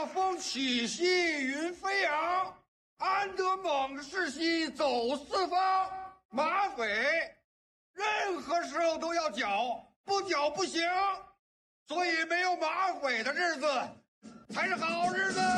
风起兮云飞扬，安得猛士兮走四方。马匪任何时候都要剿，不剿不行。所以没有马匪的日子才是好日子。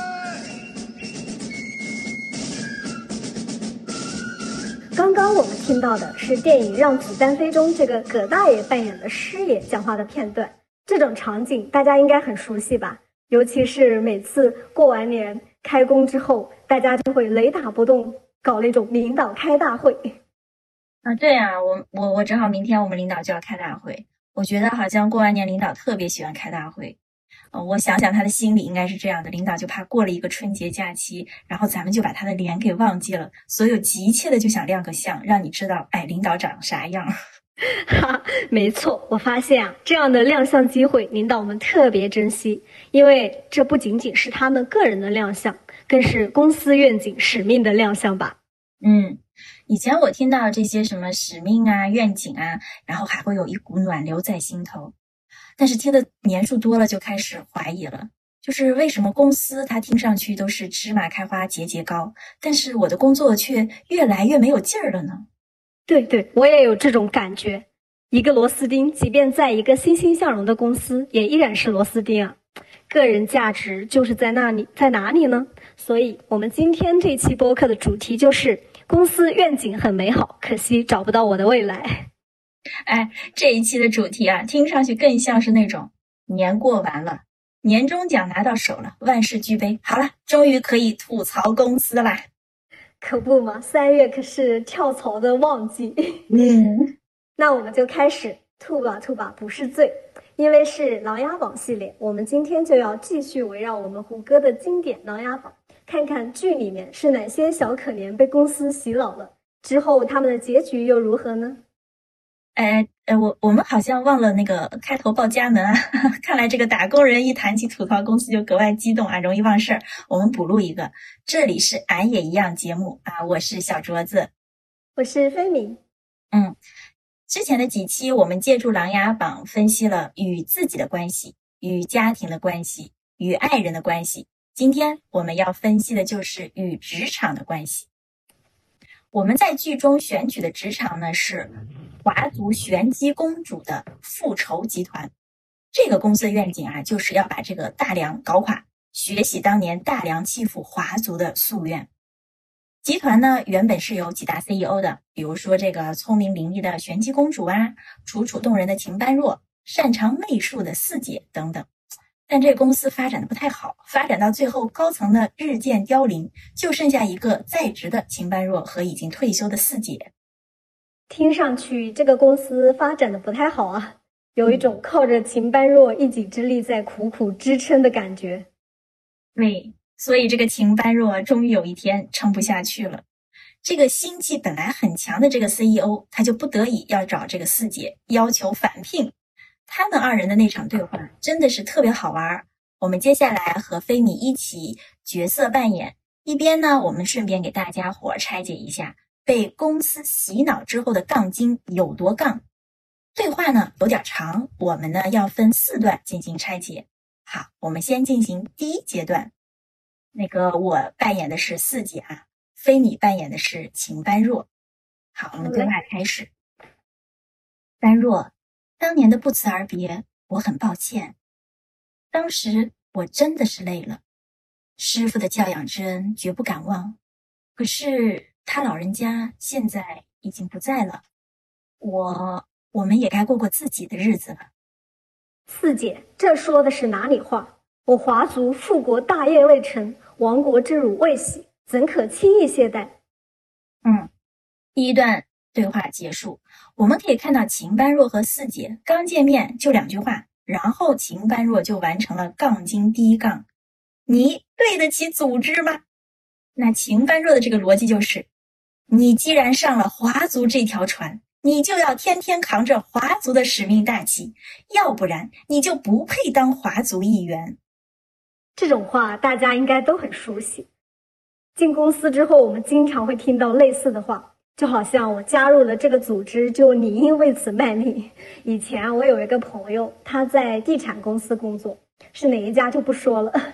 刚刚我们听到的是电影《让子弹飞》中这个葛大爷扮演的师爷讲话的片段。这种场景大家应该很熟悉吧？尤其是每次过完年开工之后，大家就会雷打不动搞那种领导开大会。 对啊，我正好明天我们领导就要开大会，我觉得好像过完年领导特别喜欢开大会。我想想他的心理应该是这样的，领导就怕过了一个春节假期，然后咱们就把他的脸给忘记了，所以急切的就想亮个相，让你知道，领导长啥样。 哈，没错，我发现啊，这样的亮相机会，领导们特别珍惜，因为这不仅仅是他们个人的亮相，更是公司愿景、使命的亮相吧。 以前我听到这些什么使命啊、愿景啊，然后还会有一股暖流在心头。但是听的年数多了，就开始怀疑了，就是为什么公司它听上去都是芝麻开花节节高，但是我的工作却越来越没有劲儿了呢？ 对，我也有这种感觉。一个螺丝钉，即便在一个欣欣向荣的公司，也依然是螺丝钉啊。个人价值就是在哪里呢？所以我们今天这期播客的主题就是公司愿景很美好，可惜找不到我的未来。 这一期的主题啊，听上去更像是那种年过完了，年终奖拿到手了，万事俱备，好了，终于可以吐槽公司啦。 可不嘛，3月可是跳槽的旺季。那我们就开始吐吧不是罪，因为是《琅琊榜》系列，我们今天就要继续围绕我们胡歌的经典《琅琊榜》，看看剧里面是哪些小可怜被公司洗脑了，之后他们的结局又如何呢？ 我们好像忘了那个开头报家门啊，看来这个打工人一谈起吐槽公司就格外激动啊，容易忘事儿。我们补录一个，这里是俺也一样节目啊，我是小镯子， 我是飞米。 之前的几期我们借助《琅琊榜》分析了与自己的关系、与家庭的关系、与爱人的关系，今天我们要分析的就是与职场的关系。我们在剧中选取的职场呢，是华族玄机公主的复仇集团。这个公司的愿景啊，就是要把这个大梁搞垮，学习当年大梁欺负华族的夙愿。集团呢，原本是有几大 CEO 的，比如说这个聪明伶俐的玄机公主啊，楚楚动人的秦般若，擅长媚术的四姐等等。但这个公司发展的不太好，发展到最后高层的日渐凋零，就剩下一个在职的秦般若和已经退休的四姐。 听上去这个公司发展的不太好啊，有一种靠着秦般若一己之力在苦苦支撑的感觉。 对，所以这个秦般若终于有一天撑不下去了。这个心气本来很强的这个 CEO， 他就不得已要找这个四姐要求返聘。他们二人的那场对话真的是特别好玩。我们接下来和飞米一起角色扮演，一边呢我们顺便给大家伙拆解一下被公司洗脑之后的杠精有多杠。对话呢有点长，我们呢要分4段进行拆解。好，我们先进行第一阶段。我扮演的是四姐啊，飞米扮演的是秦般若。好，我们对话开始。般若，当年的不辞而别，我很抱歉。当时我真的是累了，师父的教养之恩绝不敢忘。可是他老人家现在已经不在了，我们也该过过自己的日子了。 四姐，这说的是哪里话？我华族复国大业未成，亡国之辱未洗，怎可轻易懈怠？ 第一段对话结束，我们可以看到秦般若和四姐刚见面就2句话，然后秦般若就完成了杠精第一杠。你对得起组织吗？那秦般若的这个逻辑就是，你既然上了华族这条船，你就要天天扛着华族的使命大旗，要不然你就不配当华族一员。 这种话大家应该都很熟悉。进公司之后，我们经常会听到类似的话，就好像我加入了这个组织，就理应为此卖力。以前我有一个朋友，他在地产公司工作，是哪一家就不说了。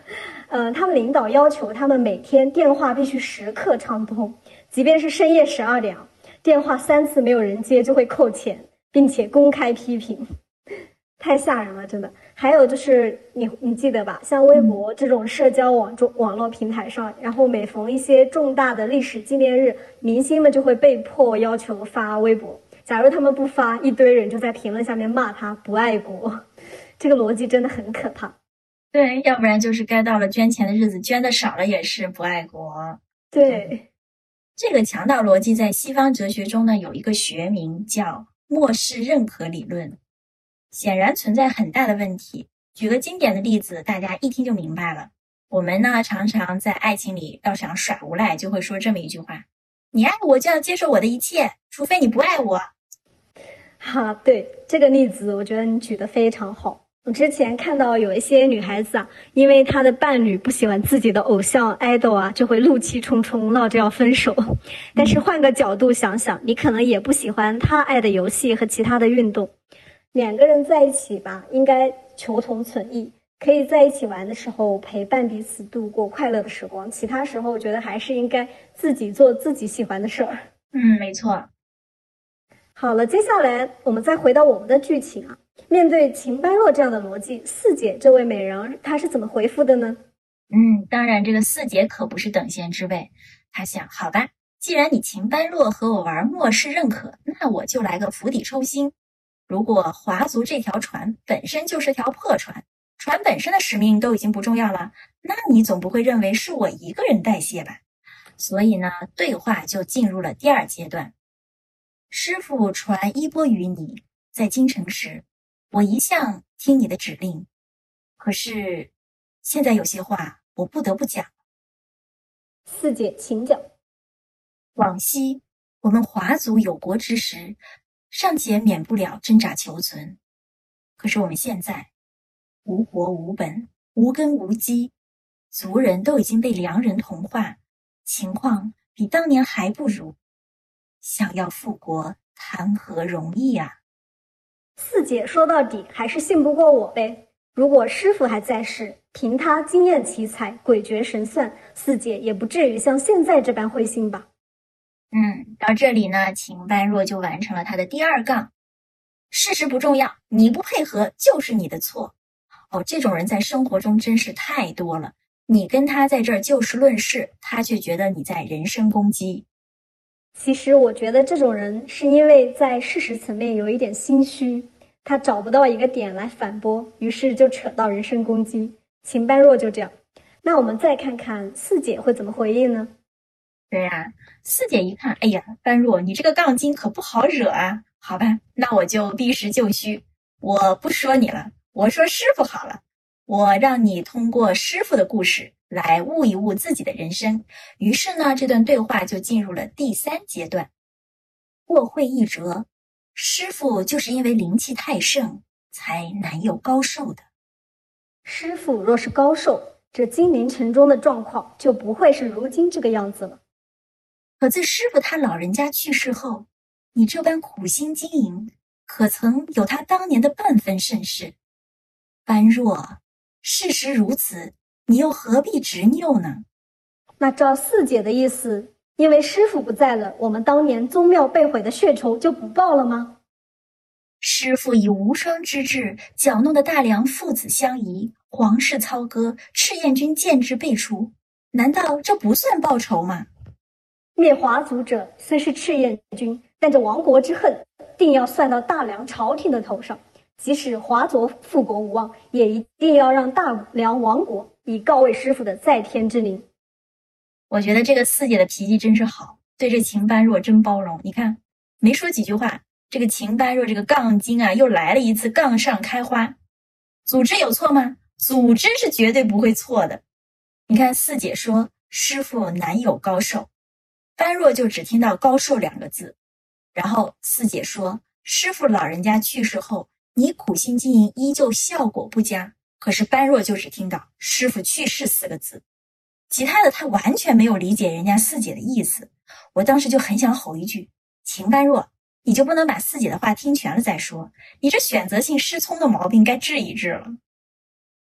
他们领导要求他们每天电话必须时刻畅通，即便是深夜12点，电话3次没有人接就会扣钱，并且公开批评。太吓人了，真的。还有就是你记得吧，像微博这种社交网络平台上，然后每逢一些重大的历史纪念日，明星们就会被迫要求发微博，假如他们不发，一堆人就在评论下面骂他不爱国。这个逻辑真的很可怕。 对，要不然就是该到了捐钱的日子，捐的少了也是不爱国。 对， 这个强盗逻辑在西方哲学中呢，有一个学名叫末世认可理论，显然存在很大的问题。举个经典的例子，大家一听就明白了。我们呢，常常在爱情里要想耍无赖，就会说这么一句话：你爱我就要接受我的一切，除非你不爱我。 对，这个例子我觉得你举得非常好。我之前看到有一些女孩子因为她的伴侣不喜欢自己的偶像 idol 就会怒气冲冲闹着要分手。但是换个角度想想，你可能也不喜欢他爱的游戏和其他的运动，两个人在一起吧，应该求同存异，可以在一起玩的时候陪伴彼此度过快乐的时光，其他时候我觉得还是应该自己做自己喜欢的事儿。 没错。 好了，接下来我们再回到我们的剧情面对秦般若这样的逻辑，四姐这位美人她是怎么回复的呢？ 当然这个四姐可不是等闲之辈，她想，好吧，既然你秦般若和我玩末世认可，那我就来个釜底抽薪。如果华族这条船本身就是条破船，船本身的使命都已经不重要了，那你总不会认为是我一个人代谢吧？所以呢，对话就进入了第2阶段。师父传衣钵于你，在京城时，我一向听你的指令，可是现在有些话我不得不讲。 四姐请讲。 往昔我们华族有国之时，尚且免不了挣扎求存，可是我们现在无国无本，无根无基，族人都已经被良人同化，情况比当年还不如，想要复国谈何容易啊。 四姐说到底还是信不过我呗。如果师父还在世，凭他经验奇才，诡谲神算，四姐也不至于像现在这般灰心吧。 到这里呢，秦般若就完成了他的第2杠。事实不重要，你不配合就是你的错。这种人在生活中真是太多了，你跟他在这儿就事论事，他却觉得你在人身攻击。 其实我觉得这种人是因为在事实层面有一点心虚，他找不到一个点来反驳，于是就扯到人身攻击。秦般若就这样。那我们再看看四姐会怎么回应呢？ 对呀，四姐一看，哎呀，般若你这个杠精可不好惹啊。好吧，那我就避实就虚，我不说你了，我说师父好了，我让你通过师父的故事来悟一悟自己的人生。于是呢，这段对话就进入了第3阶段。过会一折，师父就是因为灵气太盛，才难有高寿的。 师父若是高寿，这金陵城中的状况就不会是如今这个样子了。 可自师父他老人家去世后，你这般苦心经营，可曾有他当年的半分盛世？般若，事实如此，你又何必执拗呢？ 那照四姐的意思，因为师父不在了，我们当年宗庙被毁的血仇就不报了吗？ 师父以无双之志搅弄的大梁父子相疑，皇室操戈，赤焰军建制被除，难道这不算报仇吗？ 灭华族者虽是赤焰军，但这亡国之恨定要算到大梁朝廷的头上。即使华族复国无望，也一定要让大梁亡国，以告慰师父的在天之灵。 我觉得这个四姐的脾气真是好，对这秦般若真包容。你看，没说几句话，这个秦般若这个杠精又来了一次杠上开花。组织有错吗？组织是绝对不会错的。你看四姐说师父难有高寿，般若就只听到高寿2个字。然后四姐说师父老人家去世后，你苦心经营依旧效果不佳，可是般若就只听到师父去世4个字，其他的他完全没有理解人家四姐的意思。我当时就很想吼一句，秦般若，你就不能把四姐的话听全了再说，你这选择性失聪的毛病该治一治了。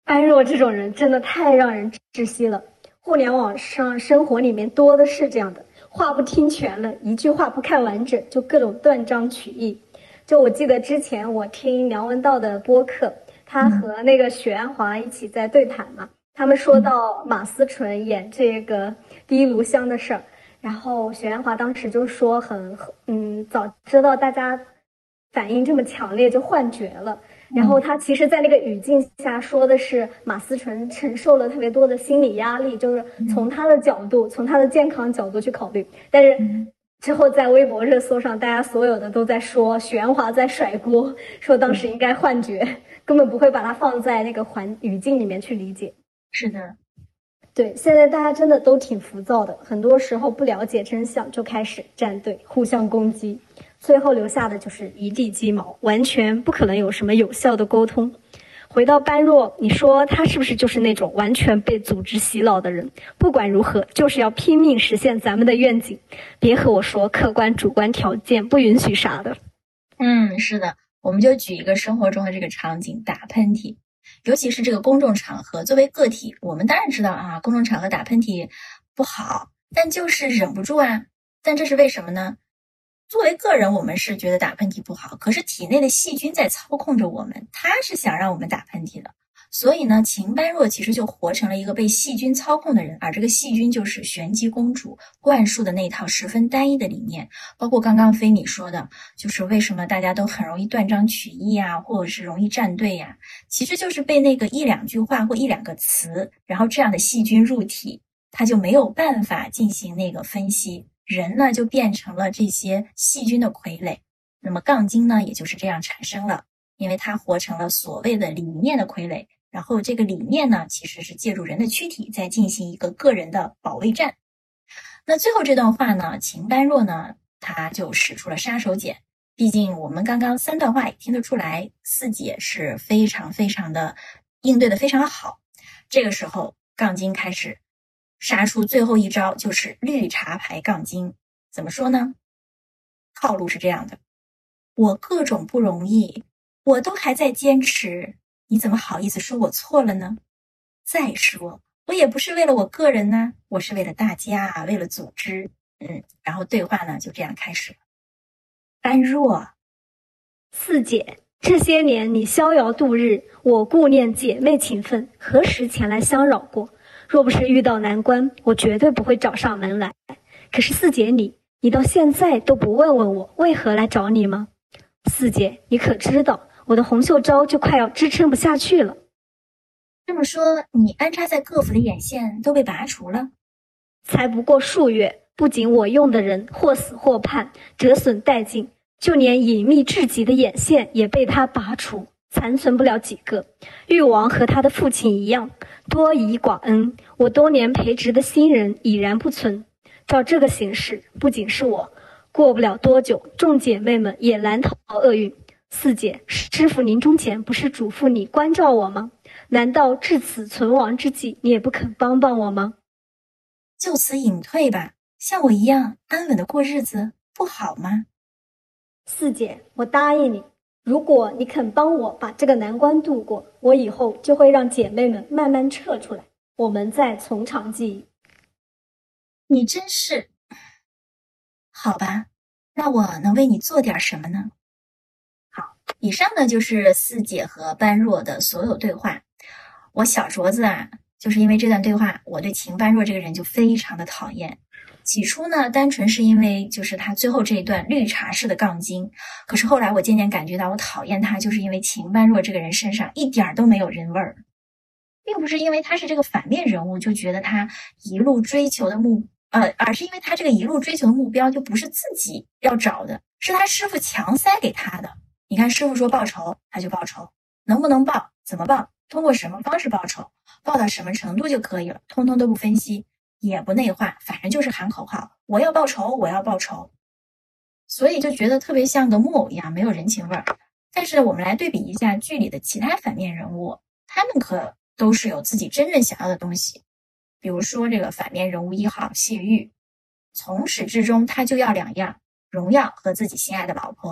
般若这种人真的太让人窒息了。互联网上生活里面多的是这样的，话不听全了，一句话不看完整，就各种断章取义。就我记得之前我听梁文道的播客，他和那个许鞍华一起在对谈嘛，他们说到马思纯演这个第一炉香的事儿，然后许鞍华当时就说早知道大家反应这么强烈就幻觉了。然后他其实在那个语境下说的是马思纯承受了特别多的心理压力，就是从他的角度，从他的健康角度去考虑。但是之后在微博热搜上，大家所有的都在说许鞍华在甩锅，说当时应该幻觉，根本不会把它放在那个语境里面去理解。 是的， 对，现在大家真的都挺浮躁的，很多时候不了解真相就开始站队，互相攻击，最后留下的就是一地鸡毛，完全不可能有什么有效的沟通。回到般若，你说他是不是就是那种完全被组织洗脑的人？不管如何，就是要拼命实现咱们的愿景，别和我说客观主观条件不允许啥的。 是的，我们就举一个生活中的这个场景，打喷嚏。尤其是这个公众场合，作为个体，我们当然知道啊，公众场合打喷嚏不好，但就是忍不住啊。但这是为什么呢？作为个人，我们是觉得打喷嚏不好，可是体内的细菌在操控着我们，它是想让我们打喷嚏的。所以呢，秦般若其实就活成了一个被细菌操控的人，而这个细菌就是玄机公主灌输的那套十分单一的理念。包括刚刚菲米说的，就是为什么大家都很容易断章取义啊，或者是容易站队呀，其实就是被那个一两句话或一两个词，然后这样的细菌入体，它就没有办法进行那个分析，人呢就变成了这些细菌的傀儡。那么杠精呢也就是这样产生了，因为它活成了所谓的理念的傀儡，然后这个理念呢其实是借助人的躯体在进行一个个人的保卫战。那最后这段话呢，秦般若呢他就使出了杀手锏，毕竟我们刚刚三段话也听得出来，四姐是非常非常的应对的非常好。这个时候杠精开始杀出最后一招，就是绿茶牌杠精。怎么说呢？套路是这样的，我各种不容易，我都还在坚持，你怎么好意思说我错了呢？再说我也不是为了我个人呢，我是为了大家，为了组织。然后对话呢就这样开始了。般若， 四姐，这些年你逍遥度日，我顾念姐妹情分，何时前来相扰过？若不是遇到难关，我绝对不会找上门来。可是四姐你到现在都不问问我为何来找你吗？四姐，你可知道我的洪秀昭就快要支撑不下去了。 这么说，你安插在各府的眼线都被拔除了？ 才不过数月，不仅我用的人或死或叛，折损殆尽，就连隐秘至极的眼线也被他拔除，残存不了几个。誉王和他的父亲一样，多疑寡恩，我多年培植的新人已然不存。照这个形势，不仅是我，过不了多久，众姐妹们也难逃厄运。四姐，师父临终前不是嘱咐你关照我吗？难道至此存亡之际，你也不肯帮帮我吗？ 就此隐退吧，像我一样安稳的过日子，不好吗？ 四姐，我答应你，如果你肯帮我把这个难关度过，我以后就会让姐妹们慢慢撤出来，我们再从长计议。 你真是……好吧，那我能为你做点什么呢？好，以上呢就是四姐和般若的所有对话。我小镯子啊，就是因为这段对话，我对秦般若这个人就非常的讨厌。起初呢，单纯是因为就是他最后这一段绿茶式的杠精，可是后来我渐渐感觉到我讨厌他，就是因为秦般若这个人身上一点都没有人味儿，并不是因为他是这个反面人物就觉得他一路追求的而是因为他这个一路追求的目标就不是自己要找的，是他师父强塞给他的。你看师父说报仇，他就报仇，能不能报，怎么报，通过什么方式报仇，报到什么程度就可以了，通通都不分析，也不内化，反正就是喊口号，我要报仇，我要报仇。所以就觉得特别像个木偶一样，没有人情味儿。但是我们来对比一下剧里的其他反面人物，他们可都是有自己真正想要的东西。比如说这个反面人物1号谢玉，从始至终他就要2样，荣耀和自己心爱的老婆。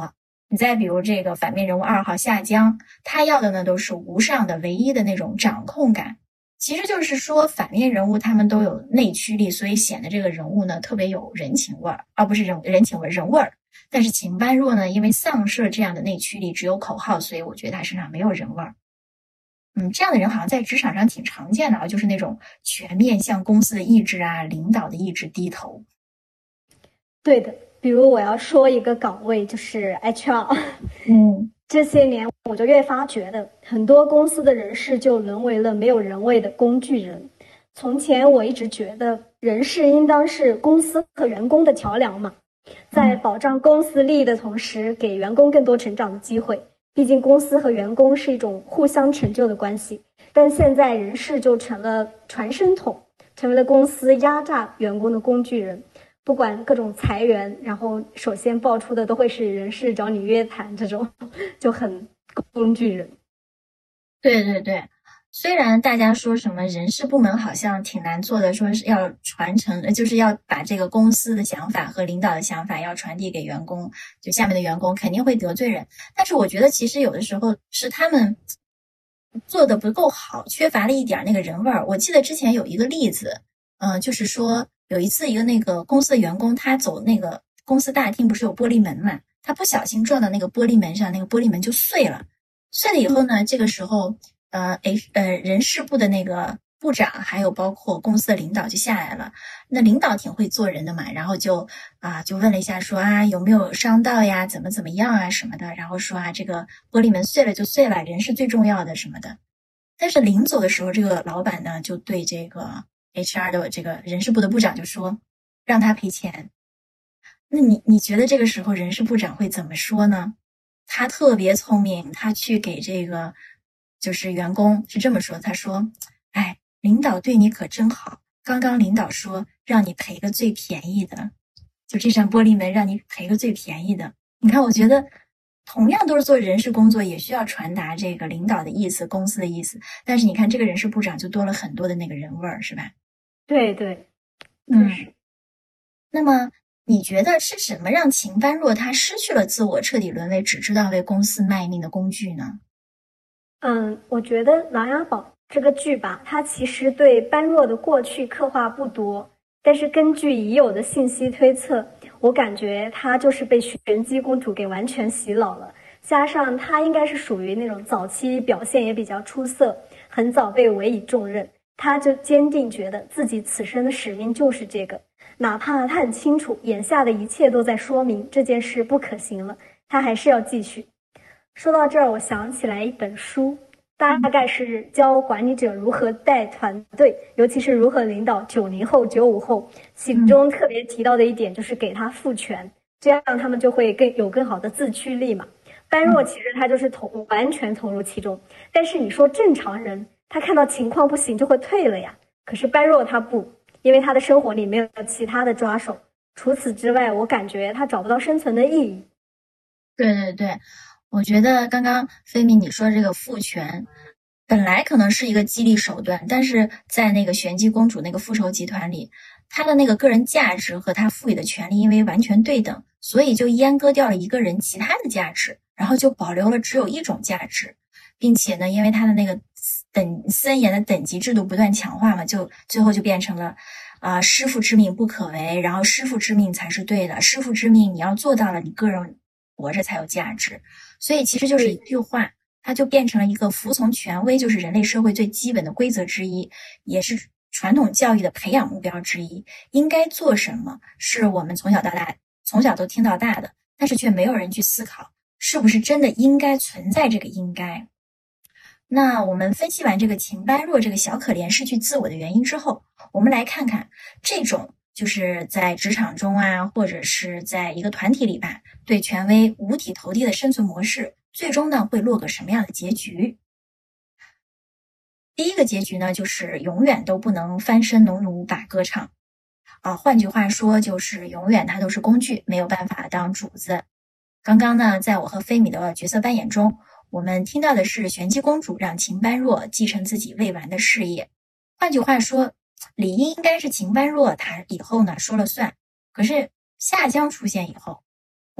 你再比如这个反面人物2号夏江，他要的呢都是无上的唯一的那种掌控感。其实就是说反面人物他们都有内驱力，所以显得这个人物呢特别有人情味儿，不是人情味，人味儿。但是秦般若呢，因为丧失了这样的内驱力，只有口号，所以我觉得他身上没有人味儿。这样的人好像在职场上挺常见的啊，就是那种全面向公司的意志啊、领导的意志低头。 对的，比如我要说一个岗位，就是 HR。这些年我就越发觉得，很多公司的人事就沦为了没有人味的工具人。从前我一直觉得，人事应当是公司和员工的桥梁嘛，在保障公司利益的同时，给员工更多成长的机会。毕竟公司和员工是一种互相成就的关系。但现在人事就成了传声筒，成为了公司压榨员工的工具人。不管各种裁员，然后首先爆出的都会是人事找你约谈，这种就很工具人。 对对对，虽然大家说什么人事部门好像挺难做的，说是要传承，就是要把这个公司的想法和领导的想法要传递给员工，就下面的员工肯定会得罪人。但是我觉得其实有的时候是他们做的不够好，缺乏了一点那个人味儿。我记得之前有一个例子，就是说有一次一个那个公司的员工，他走那个公司大厅不是有玻璃门嘛，他不小心撞到那个玻璃门上，那个玻璃门就碎了。碎了以后呢，这个时候人事部的那个部长还有包括公司的领导就下来了。那领导挺会做人的嘛，然后就问了一下说有没有伤到呀，怎么样啊什么的，然后说这个玻璃门碎了就碎了，人是最重要的什么的。但是临走的时候，这个老板呢就对这个 HR 的这个人事部的部长就说让他赔钱。那你觉得这个时候人事部长会怎么说呢？他特别聪明，他去给这个就是员工是这么说，他说领导对你可真好，刚刚领导说让你赔个最便宜的，就这扇玻璃门让你赔个最便宜的。你看，我觉得同样都是做人事工作，也需要传达这个领导的意思、公司的意思，但是你看这个人事部长就多了很多的那个人味儿，是吧？ 对对， 那么你觉得是什么让秦般若他失去了自我，彻底沦为只知道为公司卖命的工具呢？ 我觉得《琅琊榜》这个剧吧，它其实对般若的过去刻画不多，但是根据已有的信息推测，我感觉她就是被玄机公主给完全洗脑了。加上她应该是属于那种早期表现也比较出色，很早被委以重任，她就坚定觉得自己此生的使命就是这个。哪怕他很清楚眼下的一切都在说明这件事不可行了，他还是要继续。说到这儿，我想起来一本书，大概是教管理者如何带团队，尤其是如何领导90后、95后，其中特别提到的一点就是给他赋权，这样他们就会更好的自驱力嘛。般若其实他就是完全投入其中，但是你说正常人，他看到情况不行就会退了呀，可是般若他不，因为他的生活里没有其他的抓手，除此之外，我感觉他找不到生存的意义。 对对对，我觉得刚刚飞米你说这个赋权，本来可能是一个激励手段，但是在那个玄机公主那个复仇集团里，她的那个个人价值和她赋予的权利因为完全对等，所以就阉割掉了一个人其他的价值，然后就保留了只有一种价值，并且呢，因为他的那个森严的等级制度不断强化嘛，就最后就变成了师父之命不可违，然后师父之命才是对的，师父之命你要做到了，你个人活着才有价值。所以其实就是一句话，它就变成了一个服从权威，就是人类社会最基本的规则之一，也是传统教育的培养目标之一。应该做什么是我们从小到大从小都听到大的，但是却没有人去思考是不是真的应该存在这个应该。那我们分析完这个秦般若这个小可怜失去自我的原因之后，我们来看看这种就是在职场中或者是在一个团体里吧，对权威五体投地的生存模式，最终呢会落个什么样的结局？第一个结局呢，就是永远都不能翻身农奴把歌唱。换句话说，就是永远它都是工具，没有办法当主子。刚刚呢，在我和菲米的角色扮演中，我们听到的是玄机公主让秦般若继承自己未完的事业。换句话说，理应该是秦般若她以后呢说了算。可是夏江出现以后，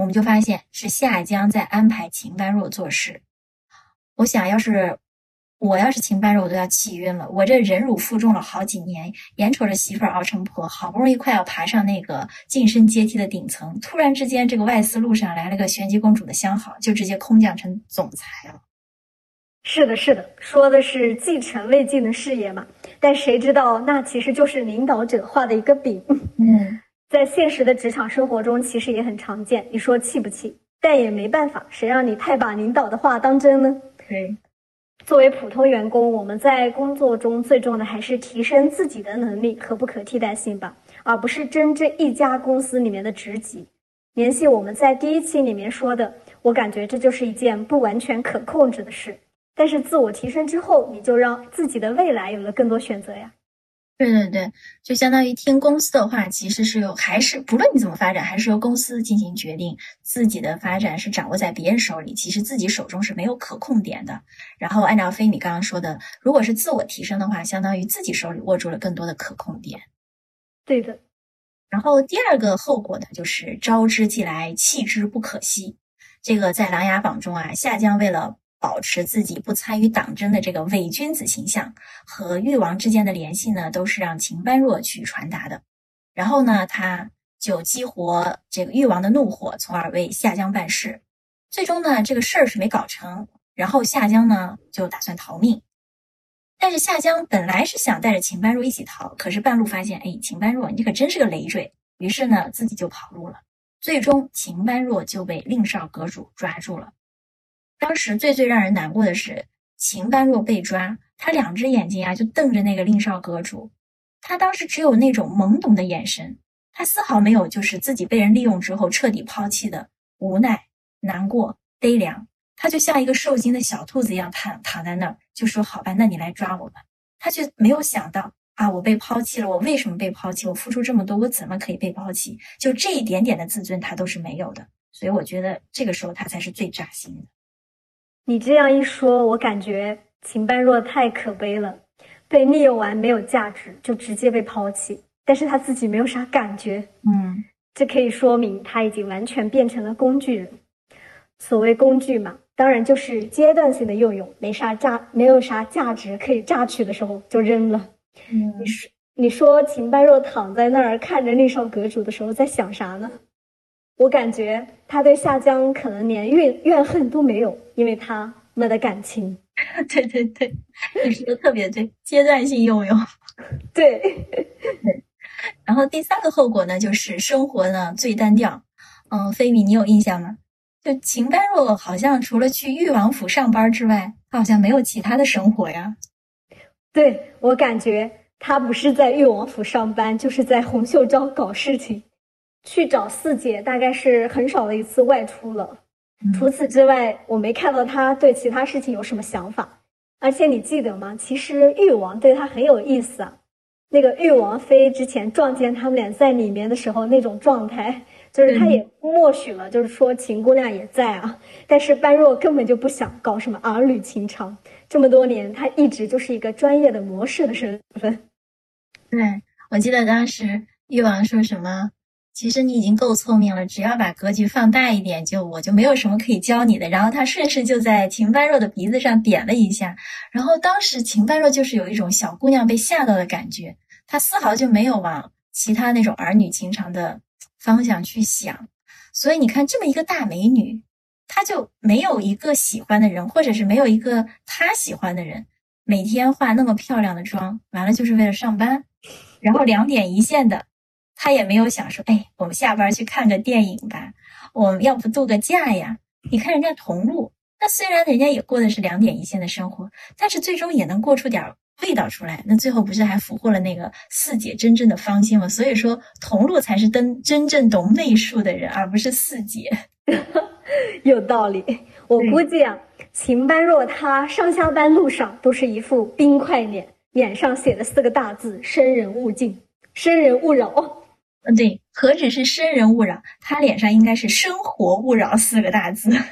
我们就发现是夏江在安排秦般若做事。我想我要是秦般若，我都要气晕了。我这忍辱负重了好几年，眼瞅着媳妇儿熬成婆，好不容易快要爬上那个晋升阶梯的顶层，突然之间这个外司路上来了个玄机公主的相好，就直接空降成总裁了。 是的，是的，说的是继承未尽的事业嘛，但谁知道那其实就是领导者画的一个饼。在现实的职场生活中其实也很常见，你说气不气？但也没办法，谁让你太把领导的话当真呢？ 对， 作为普通员工，我们在工作中最重要的还是提升自己的能力和不可替代性吧，而不是争这一家公司里面的职级。联系我们在第1期里面说的，我感觉这就是一件不完全可控制的事。但是自我提升之后，你就让自己的未来有了更多选择呀。 对，就相当于听公司的话，其实还是不论你怎么发展，还是由公司进行决定，自己的发展是掌握在别人手里，其实自己手中是没有可控点的。然后按照菲米刚刚说的，如果是自我提升的话，相当于自己手里握住了更多的可控点。 对的。 然后第二个后果呢，就是招之即来，弃之不可惜。这个在琅琊榜中啊，夏江为了保持自己不参与党争的这个伪君子形象，和誉王之间的联系呢，都是让秦般若去传达的。然后呢，他就激活这个誉王的怒火，从而为夏江办事。最终呢，这个事儿是没搞成，然后夏江呢就打算逃命。但是夏江本来是想带着秦般若一起逃，可是半路发现，秦般若你可真是个累赘，于是呢自己就跑路了。最终秦般若就被令少阁主抓住了。当时最让人难过的是，秦般若被抓，他2只眼睛啊就瞪着那个令少阁主，他当时只有那种懵懂的眼神，他丝毫没有就是自己被人利用之后彻底抛弃的无奈、难过、悲凉，他就像一个受惊的小兔子一样躺在那儿，就说好吧，那你来抓我吧。他却没有想到啊，我被抛弃了，我为什么被抛弃？我付出这么多，我怎么可以被抛弃？就这一点点的自尊他都是没有的，所以我觉得这个时候他才是最扎心的。 你这样一说，我感觉秦般若太可悲了，被利用完没有价值，就直接被抛弃，但是他自己没有啥感觉。这可以说明他已经完全变成了工具人。所谓工具嘛，当然就是阶段性的用，没有啥价值可以榨取的时候就扔了。你说秦般若躺在那儿看着令少阁主的时候在想啥呢？我感觉他对夏江可能连怨恨都没有，因为他们的感情。 对，你说的特别对，阶段性用。 对。 然后第3个后果呢，就是生活呢最单调。菲米你有印象吗？就秦般若好像除了去誉王府上班之外，他好像没有其他的生活呀。 对，我感觉他不是在誉王府上班，就是在洪秀昭搞事情。去找四姐大概是很少的一次外出了。除此之外，我没看到他对其他事情有什么想法。而且你记得吗？其实誉王对他很有意思啊。那个誉王妃之前撞见他们俩在里面的时候那种状态，就是他也默许了，就是说秦姑娘也在啊。但是般若根本就不想搞什么儿女情长，这么多年他一直就是一个专业的模式的身份。 对，我记得当时誉王说什么，其实你已经够聪明了，只要把格局放大一点，我就没有什么可以教你的。然后他顺势就在秦般若的鼻子上点了一下，然后当时秦般若就是有一种小姑娘被吓到的感觉，她丝毫就没有往其他那种儿女情长的方向去想。所以你看，这么一个大美女，她就没有一个喜欢的人，或者是没有一个她喜欢的人，每天化那么漂亮的妆，完了就是为了上班，然后2点一线的。他也没有想说，我们下班去看个电影吧，我们要不度个假呀？你看人家桐路，那虽然人家也过的是2点一线的生活，但是最终也能过出点味道出来。那最后不是还俘获了那个四姐真正的芳心吗？所以说桐路才是真正懂媚术的人，而不是四姐。 有道理。我估计啊，秦般若她上下班路上都是一副冰块脸，脸上写的4个大字：生人勿近，生人勿扰。 对，何止是生人勿扰，他脸上应该是生活勿扰4个大字。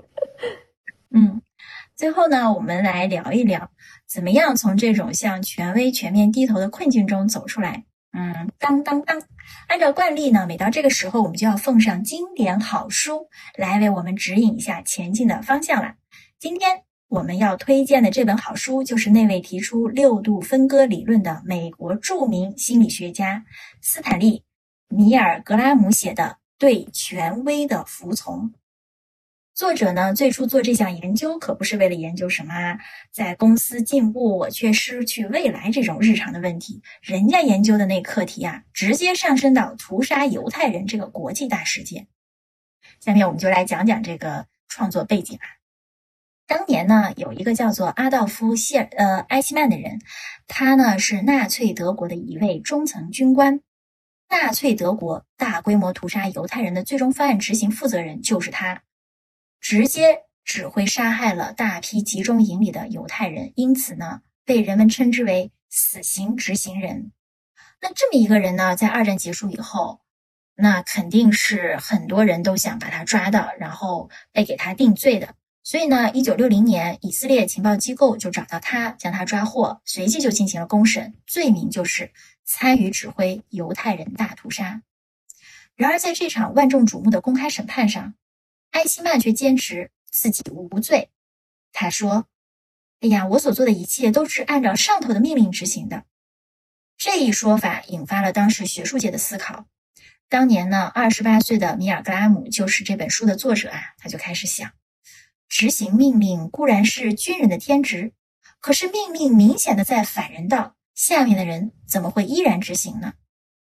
最后呢，我们来聊一聊怎么样从这种向权威全面低头的困境中走出来。 当当当！按照惯例呢，每到这个时候，我们就要奉上经典好书来为我们指引一下前进的方向了。今天我们要推荐的这本好书，就是那位提出6度分割理论的美国著名心理学家斯坦利·米尔格拉姆写的《对权威的服从》。作者呢，最初做这项研究可不是为了研究什么在公司进步我却失去未来这种日常的问题，人家研究的那课题直接上升到屠杀犹太人这个国际大事件。下面我们就来讲讲这个创作背景。当年呢，有一个叫做阿道夫·埃希曼的人，他呢是纳粹德国的一位中层军官。纳粹德国大规模屠杀犹太人的最终方案执行负责人就是他，直接指挥杀害了大批集中营里的犹太人，因此呢，被人们称之为死刑执行人。那这么一个人呢，在二战结束以后，那肯定是很多人都想把他抓到，然后被给他定罪的。所以呢，1960年，以色列情报机构就找到他，将他抓获，随即就进行了公审，罪名就是参与指挥犹太人大屠杀。然而在这场万众瞩目的公开审判上，埃希曼却坚持自己无罪。他说：“哎呀，我所做的一切都是按照上头的命令执行的。”这一说法引发了当时学术界的思考。当年呢，28岁的米尔格拉姆就是这本书的作者他就开始想，执行命令固然是军人的天职，可是命令明显的在反人道，下面的人怎么会依然执行呢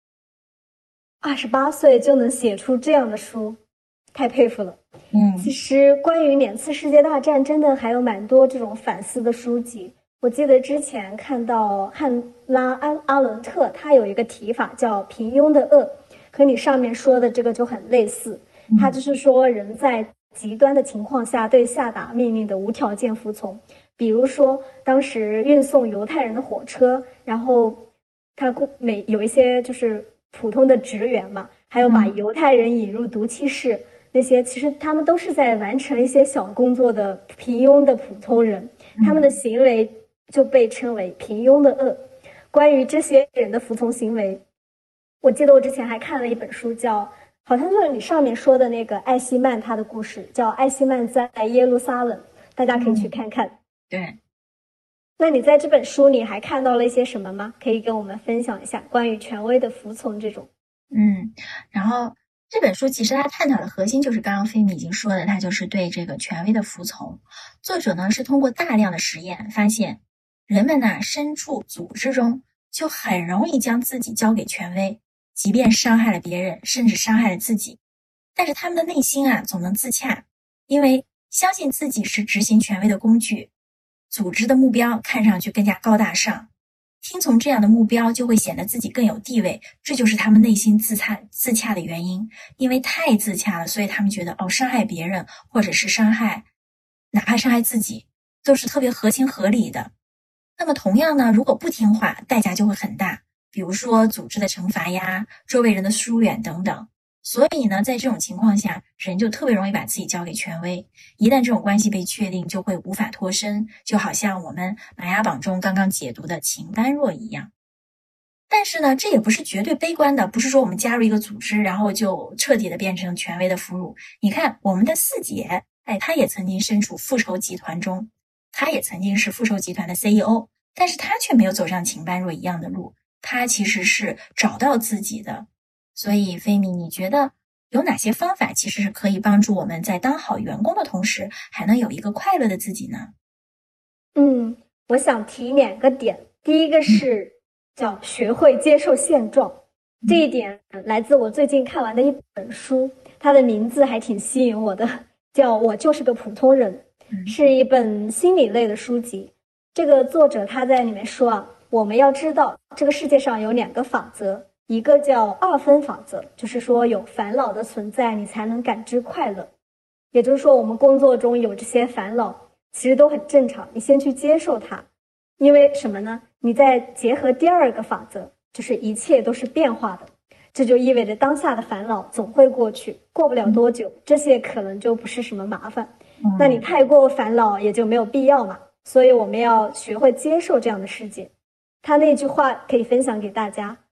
？28岁就能写出这样的书，太佩服了。其实关于2次世界大战真的还有蛮多这种反思的书籍。我记得之前看到汉拉·阿伦特，他有一个提法叫平庸的恶，和你上面说的这个就很类似。他就是说人在极端的情况下对下达命令的无条件服从。比如说当时运送犹太人的火车，然后他有一些就是普通的职员嘛，还有把犹太人引入毒气室，那些其实他们都是在完成一些小工作的平庸的普通人，他们的行为就被称为平庸的恶。关于这些人的服从行为，我记得我之前还看了一本书，好像就是你上面说的那个艾希曼他的故事，叫《艾希曼在耶路撒冷》，大家可以去看看。 对。 那你在这本书里还看到了一些什么吗？可以跟我们分享一下关于权威的服从这种。 然后这本书其实它探讨的核心就是刚刚菲米已经说的，它就是对这个权威的服从。作者呢是通过大量的实验发现，人们身处组织中就很容易将自己交给权威，即便伤害了别人，甚至伤害了自己，但是他们的内心总能自洽，因为相信自己是执行权威的工具，组织的目标看上去更加高大上，听从这样的目标就会显得自己更有地位，这就是他们内心自洽的原因。因为太自洽了，所以他们觉得伤害别人或者是哪怕伤害自己都是特别合情合理的。那么同样呢，如果不听话，代价就会很大，比如说组织的惩罚呀，周围人的疏远等等。所以呢，在这种情况下，人就特别容易把自己交给权威，一旦这种关系被确定，就会无法脱身，就好像我们《琅琊榜》中刚刚解读的秦般若一样。但是呢，这也不是绝对悲观的，不是说我们加入一个组织，然后就彻底的变成权威的俘虏。你看我们的四姐，她也曾经身处复仇集团中，她也曾经是复仇集团的 CEO， 但是她却没有走上秦般若一样的路，她其实是找到自己的。所以菲米，你觉得有哪些方法其实是可以帮助我们在当好员工的同时，还能有一个快乐的自己呢？ 我想提2个点。第一个是叫学会接受现状，这一点来自我最近看完的一本书，它的名字还挺吸引我的，叫《我就是个普通人》，是一本心理类的书籍。这个作者他在里面说我们要知道这个世界上有2个法则，一个叫2分法则，就是说有烦恼的存在，你才能感知快乐。也就是说，我们工作中有这些烦恼，其实都很正常，你先去接受它。因为什么呢？你再结合第2个法则，就是一切都是变化的，这就意味着当下的烦恼总会过去，过不了多久，这些可能就不是什么麻烦。那你太过烦恼也就没有必要嘛。所以我们要学会接受这样的世界。他那句话可以分享给大家，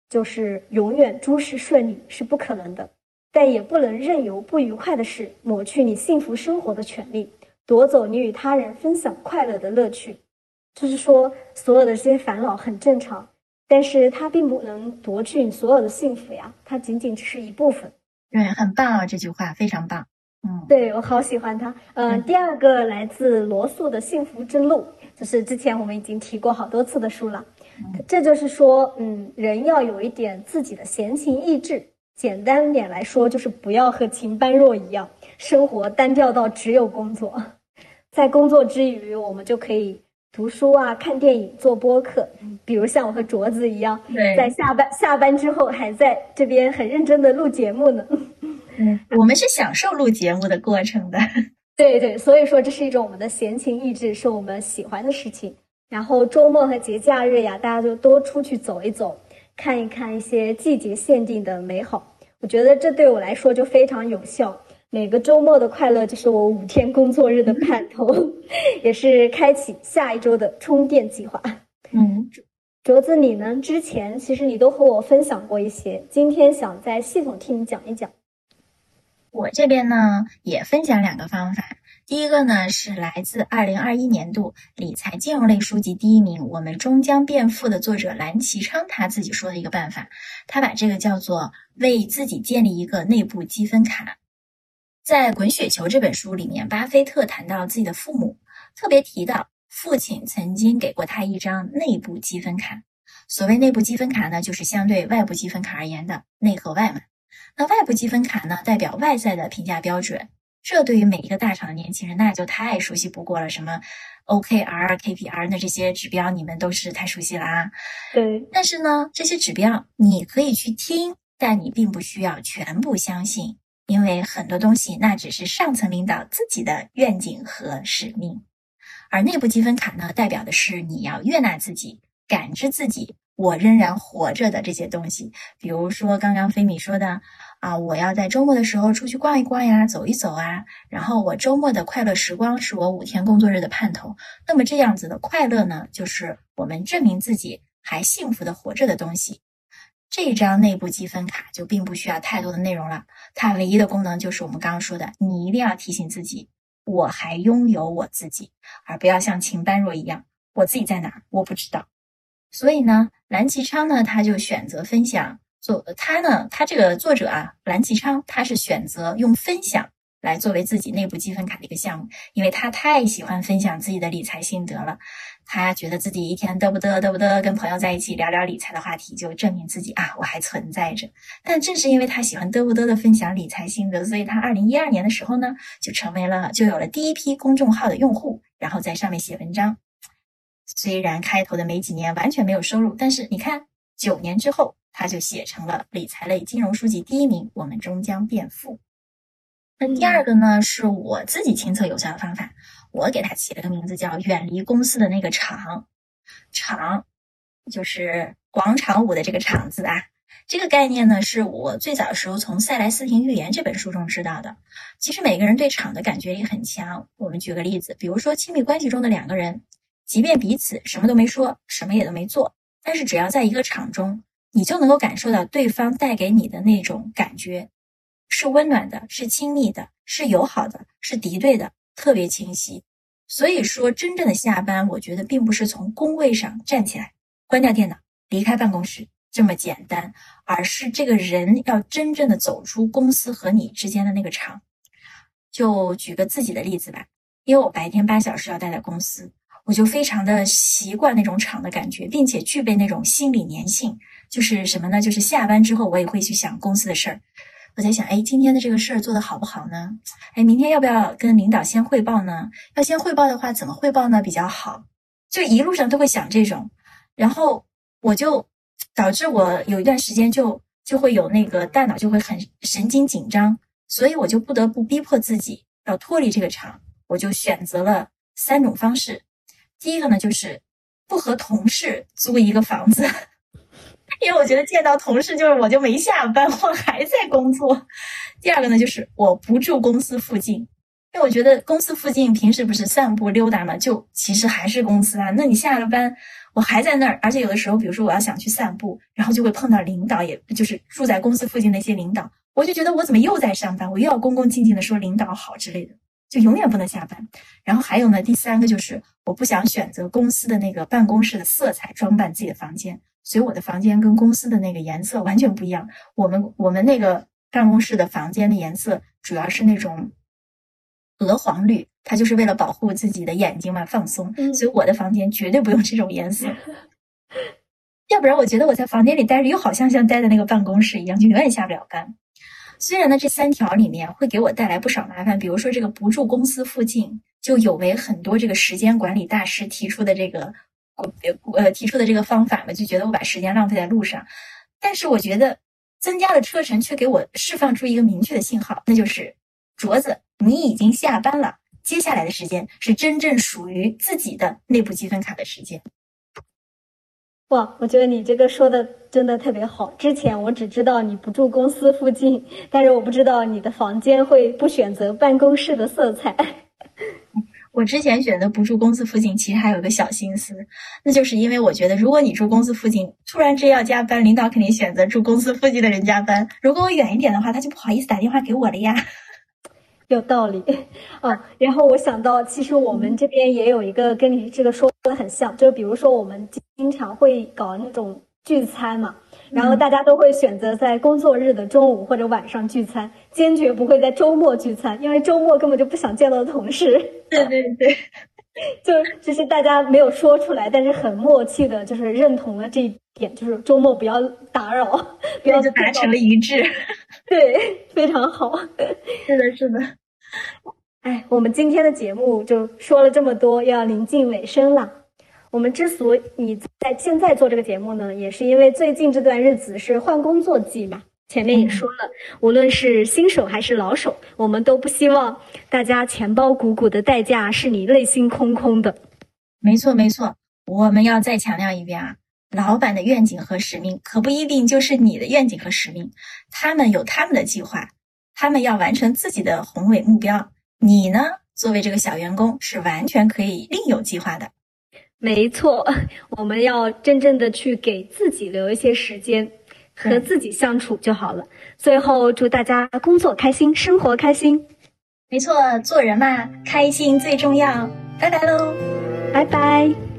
就是永远诸事顺利是不可能的，但也不能任由不愉快的事抹去你幸福生活的权利，夺走你与他人分享快乐的乐趣。就是说，所有的这些烦恼很正常，但是它并不能夺去你所有的幸福呀，它仅仅只是一部分。 对，很棒啊，这句话非常棒。 对，我好喜欢它。第二个来自罗素的《幸福之路》，就是之前我们已经提过好多次的书了。这就是说，人要有一点自己的闲情逸致。简单点来说，就是不要和秦般若一样，生活单调到只有工作。在工作之余，我们就可以读书啊，看电影，做播客。比如像我和镯子一样，在下班之后还在这边很认真的录节目呢。 我们是享受录节目的过程的。 对，所以说这是一种我们的闲情逸致，是我们喜欢的事情。然后周末和节假日呀，大家就多出去走一走，看一看一些季节限定的美好。我觉得这对我来说就非常有效。每个周末的快乐就是我5天工作日的盼头，也是开启下一周的充电计划。镯子你呢？之前其实你都和我分享过一些，今天想再系统听你讲一讲。 我这边呢也分享2个方法。第一个呢是来自2021年度理财金融类书籍第1名《我们终将变富》的作者蓝其昌他自己说的一个办法，他把这个叫做为自己建立一个内部积分卡。在《滚雪球》这本书里面，巴菲特谈到自己的父母，特别提到父亲曾经给过他一张内部积分卡。所谓内部积分卡呢，就是相对外部积分卡而言的内和外嘛。那外部积分卡呢，代表外在的评价标准，这对于每一个大厂的年轻人那就太熟悉不过了，什么 OKR、KPR 那这些指标你们都是太熟悉了啊。 对， 但是呢，这些指标你可以去听，但你并不需要全部相信，因为很多东西那只是上层领导自己的愿景和使命。而内部积分卡呢，代表的是你要悦纳自己，感知自己我仍然活着的这些东西。比如说刚刚菲米说的我要在周末的时候出去逛一逛呀，走一走啊，然后我周末的快乐时光是我5天工作日的盼头。那么这样子的快乐呢，就是我们证明自己还幸福的活着的东西。这张内部积分卡就并不需要太多的内容了，它唯一的功能就是我们刚刚说的，你一定要提醒自己我还拥有我自己，而不要像秦般若一样我自己在哪我不知道。所以呢，蓝其昌呢他就选择分享，他这个作者蓝其昌他是选择用分享来作为自己内部积分卡的一个项目，因为他太喜欢分享自己的理财心得了。他觉得自己一天嘚不嘚跟朋友在一起聊聊理财的话题，就证明自己我还存在着。但正是因为他喜欢嘚不嘚的分享理财心得，所以他2012年的时候呢，就有了第一批公众号的用户，然后在上面写文章。虽然开头的没几年完全没有收入，但是你看9年之后他就写成了理财类金融书籍第1名，我们终将变富。那第二个呢，是我自己亲测有效的方法，我给它起了个名字叫远离公司的那个场就是广场舞的这个场字这个概念呢，是我最早的时候从塞莱斯廷寓言这本书中知道的。其实每个人对场的感觉也很强，我们举个例子，比如说亲密关系中的2个人，即便彼此什么都没说，什么也都没做，但是只要在一个场中，你就能够感受到对方带给你的那种感觉，是温暖的，是亲密的，是友好的，是敌对的，特别清晰。所以说真正的下班，我觉得并不是从工位上站起来关掉电脑离开办公室这么简单，而是这个人要真正的走出公司和你之间的那个场。就举个自己的例子吧，因为我白天8小时要待在公司，我就非常的习惯那种场的感觉，并且具备那种心理粘性。就是什么呢？就是下班之后我也会去想公司的事儿。我在想，今天的这个事儿做得好不好呢？明天要不要跟领导先汇报呢？要先汇报的话，怎么汇报呢比较好？就一路上都会想这种，然后我就导致我有一段时间就会有那个大脑就会很神经紧张，所以我就不得不逼迫自己要脱离这个场。我就选择了3种方式。第一个呢，就是不和同事租一个房子。因为我觉得见到同事就是我就没下班，我还在工作。第二个呢，就是我不住公司附近， 因为我觉得公司附近平时不是散步溜达嘛，就其实还是公司啊。那你下了班，我还在那儿，而且有的时候，比如说我要想去散步，然后就会碰到领导，也就是住在公司附近的一些领导，我就觉得我怎么又在上班，我又要恭恭敬敬的说领导好之类的，就永远不能下班。然后还有呢，第三个就是我不想选择公司的那个办公室的色彩装扮自己的房间，所以我的房间跟公司的那个颜色完全不一样。我们那个办公室的房间的颜色主要是那种鹅黄绿，它就是为了保护自己的眼睛嘛，放松。所以我的房间绝对不用这种颜色，要不然我觉得我在房间里待着又好像待在那个办公室一样，就永远下不了班。虽然呢，这3条里面会给我带来不少麻烦，比如说这个不住公司附近，就有违很多这个时间管理大师提出的这个方法嘛，就觉得我把时间浪费在路上。但是我觉得增加了车程却给我释放出一个明确的信号，那就是镯子，你已经下班了，接下来的时间是真正属于自己的内部积分卡的时间。 哇，我觉得你这个说的真的特别好。之前我只知道你不住公司附近，但是我不知道你的房间会不选择办公室的色彩。 我之前选择不住公司附近，其实还有个小心思，那就是因为我觉得，如果你住公司附近，突然之要加班，领导肯定选择住公司附近的人加班。如果我远一点的话，他就不好意思打电话给我了呀。 有道理哦。然后我想到，其实我们这边也有一个跟你这个说的很像，就比如说我们经常会搞那种聚餐嘛，然后大家都会选择在工作日的中午或者晚上聚餐，坚决不会在周末聚餐，因为周末根本就不想见到同事。 对对对， 就是大家没有说出来，但是很默契的，就是认同了这一点，就是周末不要打扰，不要就达成了一致。 对，非常好。 是的，是的。 哎，我们今天的节目就说了这么多，要临近尾声了。我们之所以在现在做这个节目呢，也是因为最近这段日子是换工作季嘛。前面也说了，无论是新手还是老手，我们都不希望大家钱包鼓鼓的代价是你内心空空的。 没错没错，我们要再强调一遍啊，老板的愿景和使命可不一定就是你的愿景和使命，他们有他们的计划，他们要完成自己的宏伟目标，你呢，作为这个小员工是完全可以另有计划的。 没错，我们要真正的去给自己留一些时间，和自己相处就好了。最后祝大家工作开心，生活开心。 没错，做人嘛，开心最重要。拜拜喽， 拜拜。